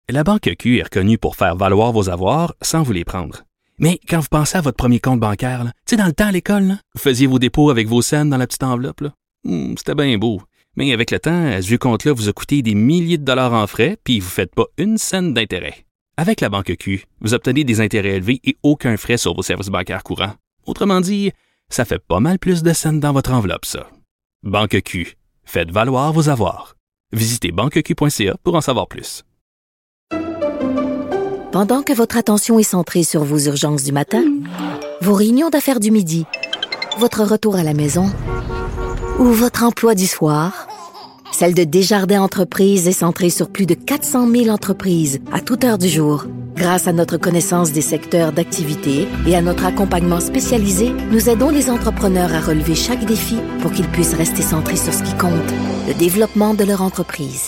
La Banque Q est reconnue pour faire valoir vos avoirs sans vous les prendre. Mais quand vous pensez à votre premier compte bancaire, tu sais, dans le temps à l'école, là, vous faisiez vos dépôts avec vos scènes dans la petite enveloppe. Là. C'était bien beau. Mais avec le temps, ce vieux compte-là vous a coûté des milliers de dollars en frais, puis vous ne faites pas une scène d'intérêt. Avec la Banque Q, vous obtenez des intérêts élevés et aucun frais sur vos services bancaires courants. Autrement dit, ça fait pas mal plus de scènes dans votre enveloppe, ça. Banque Q. Faites valoir vos avoirs. Visitez banqueq.ca pour en savoir plus. Pendant que votre attention est centrée sur vos urgences du matin, vos réunions d'affaires du midi, votre retour à la maison ou votre emploi du soir, celle de Desjardins Entreprises est centrée sur plus de 400 000 entreprises à toute heure du jour. Grâce à notre connaissance des secteurs d'activité et à notre accompagnement spécialisé, nous aidons les entrepreneurs à relever chaque défi pour qu'ils puissent rester centrés sur ce qui compte, le développement de leur entreprise.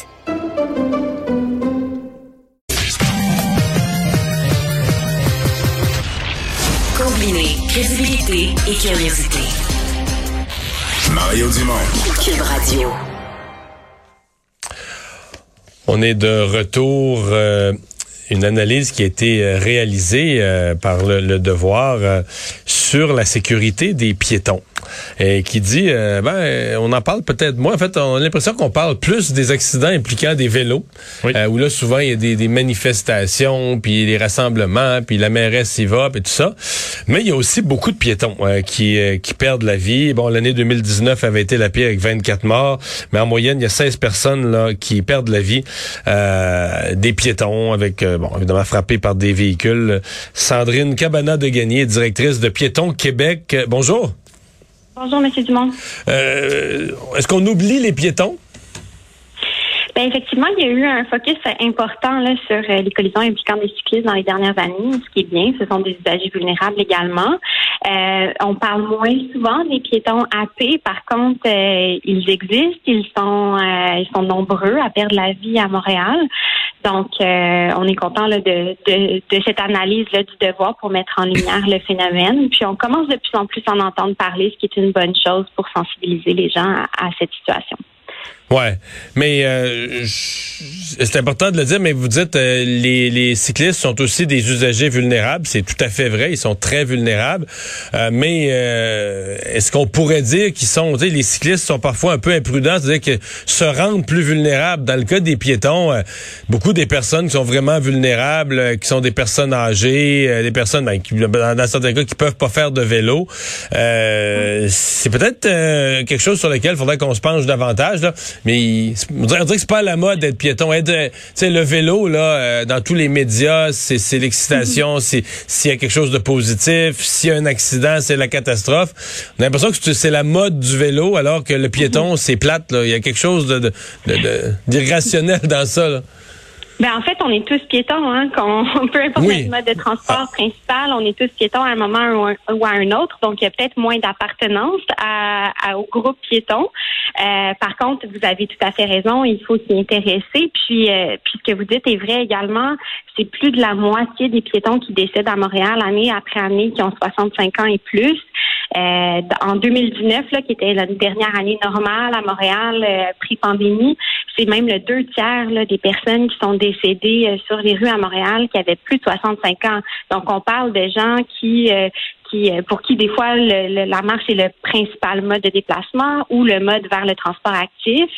Combiner crédibilité et curiosité. Mario Dumont. Cube Radio. On est de retour. Une analyse qui a été réalisée par le Devoir sur la sécurité des piétons. Et qui dit, on en parle peut-être moins. En fait, on a l'impression qu'on parle plus des accidents impliquant des vélos, oui. Où là, souvent, il y a des manifestations, puis des rassemblements, puis la mairesse y va, puis tout ça. Mais il y a aussi beaucoup de piétons qui perdent la vie. Bon, l'année 2019 avait été la pire avec 24 morts, mais en moyenne, il y a 16 personnes là qui perdent la vie, des piétons, avec, évidemment, frappés par des véhicules. Sandrine Cabana de Gagné, directrice de Piétons Québec. Bonjour. Bonjour, M. Dumont. Est-ce qu'on oublie les piétons? Bien, effectivement, il y a eu un focus important là, sur les collisions impliquant des cyclistes dans les dernières années, ce qui est bien. Ce sont des usagers vulnérables également. On parle moins souvent des piétons hâtés. Par contre, ils existent. Ils sont nombreux à perdre la vie à Montréal. Donc, on est content là, de cette analyse là, du Devoir pour mettre en lumière le phénomène. Puis, on commence de plus en plus à en entendre parler, ce qui est une bonne chose pour sensibiliser les gens à cette situation. Ouais, mais c'est important de le dire, mais vous dites les cyclistes sont aussi des usagers vulnérables, c'est tout à fait vrai, ils sont très vulnérables, mais est-ce qu'on pourrait dire qu'ils sont, les cyclistes sont parfois un peu imprudents, c'est-à-dire que se rendent plus vulnérables. Dans le cas des piétons, beaucoup des personnes qui sont vraiment vulnérables, qui sont des personnes âgées, des personnes qui, dans certains cas, qui peuvent pas faire de vélo, c'est peut-être quelque chose sur lequel il faudrait qu'on se penche davantage, là. Mais on dirait que c'est pas à la mode d'être piéton. Le vélo, là, dans tous les médias, c'est l'excitation. S'il y a quelque chose de positif, s'il y a un accident, c'est la catastrophe. On a l'impression que c'est la mode du vélo, alors que le piéton, c'est plate. Là. Il y a quelque chose d'irrationnel dans ça. Là. Ben en fait, on est tous piétons, hein. Peu importe notre mode de transport principal, on est tous piétons à un moment ou à un autre. Donc, il y a peut-être moins d'appartenance au groupe piéton. Par contre, vous avez tout à fait raison, il faut s'y intéresser. Puis ce que vous dites est vrai également. C'est plus de la moitié des piétons qui décèdent à Montréal année après année qui ont 65 ans et plus. En 2019, là, qui était la dernière année normale à Montréal, pré-pandémie, c'est même le 2/3 là, des personnes qui sont décédées sur les rues à Montréal qui avaient plus de 65 ans. Donc, on parle de gens pour qui des fois la marche est le principal mode de déplacement ou le mode vers le transport actif.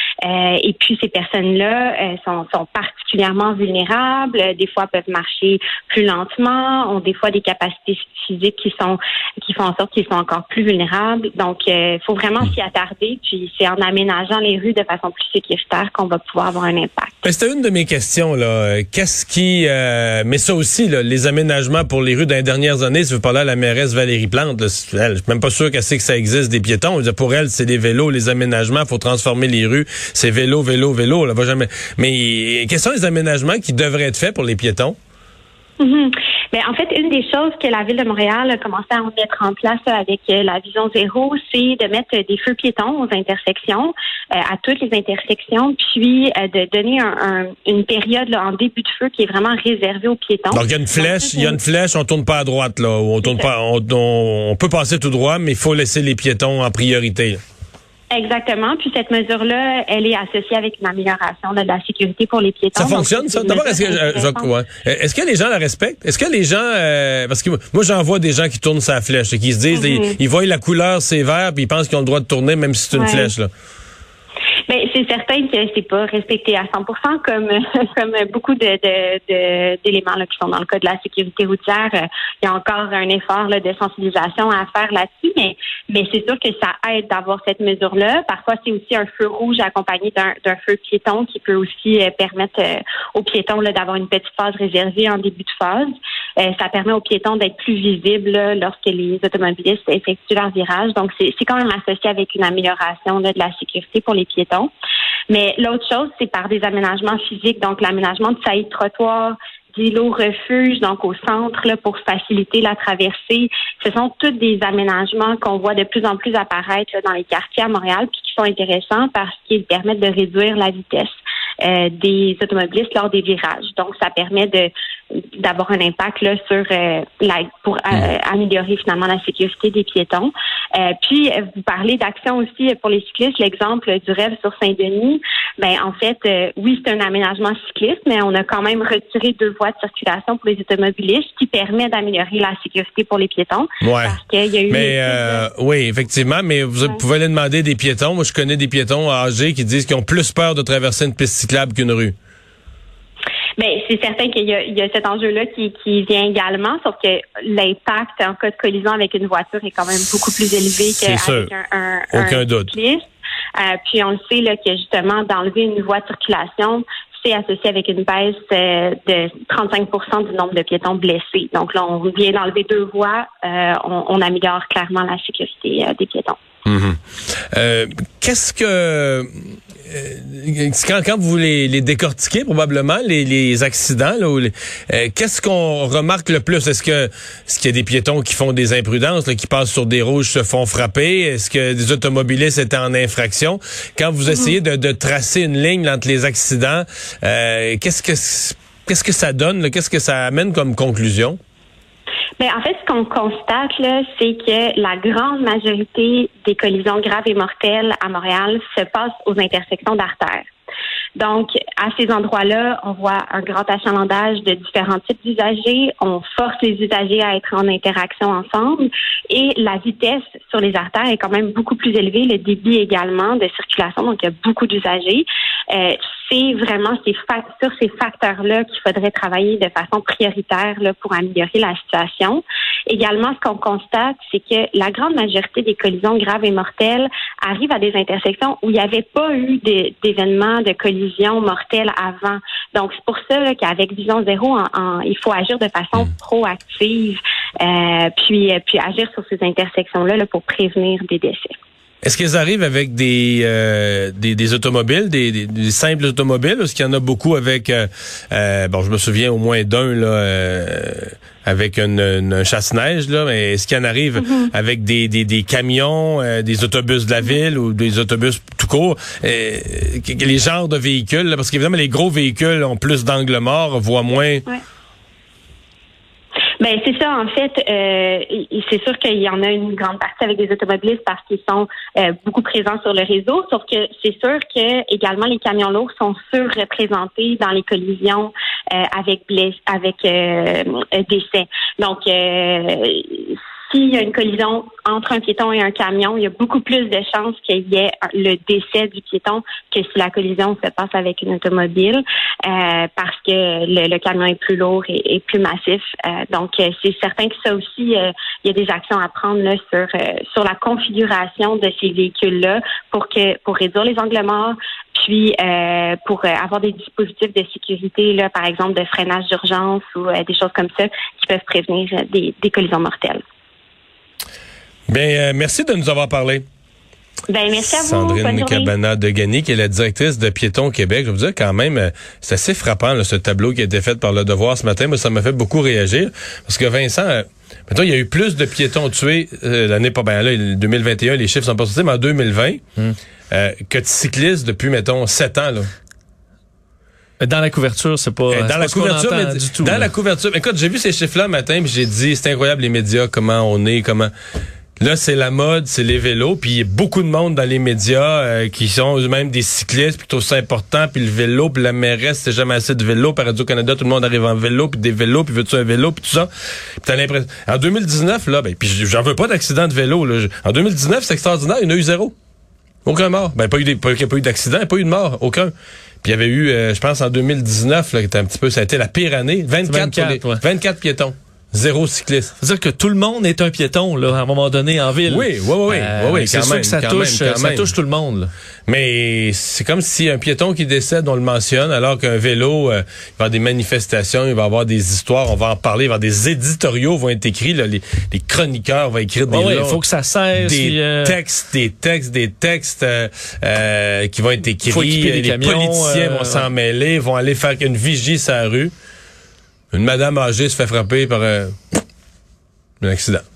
Et puis ces personnes-là sont particulièrement vulnérables. Des fois peuvent marcher plus lentement, ont des fois des capacités physiques qui font en sorte qu'ils sont encore plus vulnérables. Donc faut vraiment s'y attarder. Puis c'est en aménageant les rues de façon plus sécuritaire qu'on va pouvoir avoir un impact. C'était une de mes questions là. Qu'est-ce qui mais ça aussi là, les aménagements pour les rues dans les dernières années, si vous parlez à la mairesse Valérie Plante, là, je suis même pas sûr qu'elle sait que ça existe des piétons. Pour elle, c'est les vélos, les aménagements, faut transformer les rues. C'est vélo, là, va jamais. Mais quels sont les aménagements qui devraient être faits pour les piétons? Mm-hmm. Bien, en fait, une des choses que la Ville de Montréal a commencé à mettre en place avec la Vision Zéro, c'est de mettre des feux piétons aux intersections, à toutes les intersections, puis de donner une période là, en début de feu qui est vraiment réservée aux piétons. Donc, il y a une flèche, on tourne pas à droite, là, on tourne pas, on peut passer tout droit, mais il faut laisser les piétons en priorité, là. Exactement. Puis cette mesure-là, elle est associée avec une amélioration de la sécurité pour les piétons. Ça fonctionne, ça? D'abord, est-ce que les gens la respectent? Est-ce que les gens... parce que moi, j'en vois des gens qui tournent sa flèche et qui se disent, ils voient la couleur, c'est vert, puis ils pensent qu'ils ont le droit de tourner même si c'est une flèche, là. Ben, c'est certain que c'est pas respecté à 100% comme beaucoup d'éléments là, qui sont dans le cas de la sécurité routière. Il y a encore un effort là, de sensibilisation à faire là-dessus, mais c'est sûr que ça aide d'avoir cette mesure-là. Parfois, c'est aussi un feu rouge accompagné d'un feu piéton qui peut aussi permettre aux piétons là, d'avoir une petite phase réservée en début de phase. Ça permet aux piétons d'être plus visibles là, lorsque les automobilistes effectuent leur virage. Donc, c'est quand même associé avec une amélioration là, de la sécurité pour les piétons. Mais l'autre chose, c'est par des aménagements physiques, donc l'aménagement de saillies de trottoir, d'îlots refuges, donc au centre là, pour faciliter la traversée. Ce sont tous des aménagements qu'on voit de plus en plus apparaître là, dans les quartiers à Montréal, puis qui sont intéressants parce qu'ils permettent de réduire la vitesse des automobilistes lors des virages. Donc, ça permet d'avoir un impact là sur pour améliorer finalement la sécurité des piétons. Puis, vous parlez d'action aussi pour les cyclistes. L'exemple du rêve sur Saint-Denis, ben en fait, oui, c'est un aménagement cycliste, mais on a quand même retiré 2 voies de circulation pour les automobilistes, qui permet d'améliorer la sécurité pour les piétons. Ouais. Parce qu'il y a eu oui, effectivement, mais vous pouvez aller demander des piétons. Moi, je connais des piétons âgés qui disent qu'ils ont plus peur de traverser une piste cyclable qu'une rue. Ben, c'est certain qu'il y a cet enjeu-là qui vient également, sauf que l'impact en cas de collision avec une voiture est quand même beaucoup plus élevé qu'avec un cycliste. Puis on le sait là, que justement, d'enlever une voie de circulation, c'est associé avec une baisse de 35% du nombre de piétons blessés. Donc là, on vient d'enlever 2 voies, on améliore clairement la sécurité des piétons. Qu'est-ce que quand vous les décortiquez probablement les accidents là, qu'est-ce qu'on remarque le plus? Est-ce qu'il y a des piétons qui font des imprudences, là, qui passent sur des rouges, se font frapper? Est-ce que des automobilistes étaient en infraction? Quand vous essayez de tracer une ligne entre les accidents, qu'est-ce que ça donne? Là? Qu'est-ce que ça amène comme conclusion? Mais en fait, ce qu'on constate, là, c'est que la grande majorité des collisions graves et mortelles à Montréal se passent aux intersections d'artères. Donc, à ces endroits-là, on voit un grand achalandage de différents types d'usagers. On force les usagers à être en interaction ensemble. Et la vitesse sur les artères est quand même beaucoup plus élevée. Le débit également de circulation. Donc, il y a beaucoup d'usagers. C'est vraiment sur ces facteurs-là qu'il faudrait travailler de façon prioritaire là, pour améliorer la situation. Également, ce qu'on constate, c'est que la grande majorité des collisions graves et mortelles arrivent à des intersections où il n'y avait pas eu d'événements de collision mortelle avant. Donc, c'est pour ça là, qu'avec Vision Zéro, il faut agir de façon proactive, puis agir sur ces intersections-là là, pour prévenir des décès. Est-ce qu'ils arrivent avec des automobiles, des simples automobiles? Est-ce qu'il y en a beaucoup avec, je me souviens au moins d'un là, avec un chasse-neige là, mais est-ce qu'il y en arrive avec des camions, des autobus de la ville ou des autobus tout court? Les genres de véhicules, là, parce qu'évidemment les gros véhicules ont plus d'angles morts, voient moins. Ouais. Ben c'est ça en fait. C'est sûr qu'il y en a une grande partie avec des automobilistes parce qu'ils sont beaucoup présents sur le réseau. Sauf que c'est sûr que également les camions lourds sont surreprésentés dans les collisions avec décès. Donc s'il y a une collision entre un piéton et un camion, il y a beaucoup plus de chances qu'il y ait le décès du piéton que si la collision se passe avec une automobile, parce que le camion est plus lourd et plus massif. Donc, c'est certain que ça aussi, il y a des actions à prendre là, sur la configuration de ces véhicules-là pour réduire les angles morts, puis pour avoir des dispositifs de sécurité, là, par exemple de freinage d'urgence ou des choses comme ça qui peuvent prévenir des collisions mortelles. Bien, merci de nous avoir parlé. Ben, merci à vous. Sandrine Cabana-Degani, qui est la directrice de Piétons Québec. Je veux dire, quand même, c'est assez frappant, là, ce tableau qui a été fait par Le Devoir ce matin. Moi, ça m'a fait beaucoup réagir. Parce que Vincent, mettons, il y a eu plus de piétons tués l'année, 2021, les chiffres sont pas sortis, mais en 2020, que de cyclistes depuis, mettons, 7 ans, là. Dans la couverture, c'est pas dans la couverture, mais du tout. Dans la couverture. Écoute, j'ai vu ces chiffres-là le matin, puis j'ai dit, c'est incroyable les médias, comment on est, comment. Là, c'est la mode, c'est les vélos, puis il y a beaucoup de monde dans les médias qui sont eux-mêmes des cyclistes, puis c'est important, puis le vélo, puis la mairesse, c'est jamais assez de vélo, par Radio-Canada, tout le monde arrive en vélo, puis des vélos, puis veux-tu un vélo, puis tout ça. Puis t'as l'impression... En 2019, là, puis j'en veux pas d'accident de vélo, là. En 2019, c'est extraordinaire, il y en a eu 0. Aucun mort. Pas eu d'accident, pas eu de mort, aucun. Puis il y avait eu, je pense, en 2019, là, qui était un petit peu, ça a été la pire année, 24 piétons. 0 cycliste. C'est-à-dire que tout le monde est un piéton, là, à un moment donné, en ville. Oui, c'est sûr que ça touche tout le monde, là. Mais c'est comme si un piéton qui décède, on le mentionne, alors qu'un vélo, il va y avoir des manifestations, il va y avoir des histoires, on va en parler, il va y avoir des éditoriaux vont être écrits, là, les chroniqueurs vont écrire des il faut que ça cesse. Des textes qui vont être écrits. Les politiciens vont s'en mêler, vont aller faire une vigie sur la rue. Une madame âgée se fait frapper par un accident.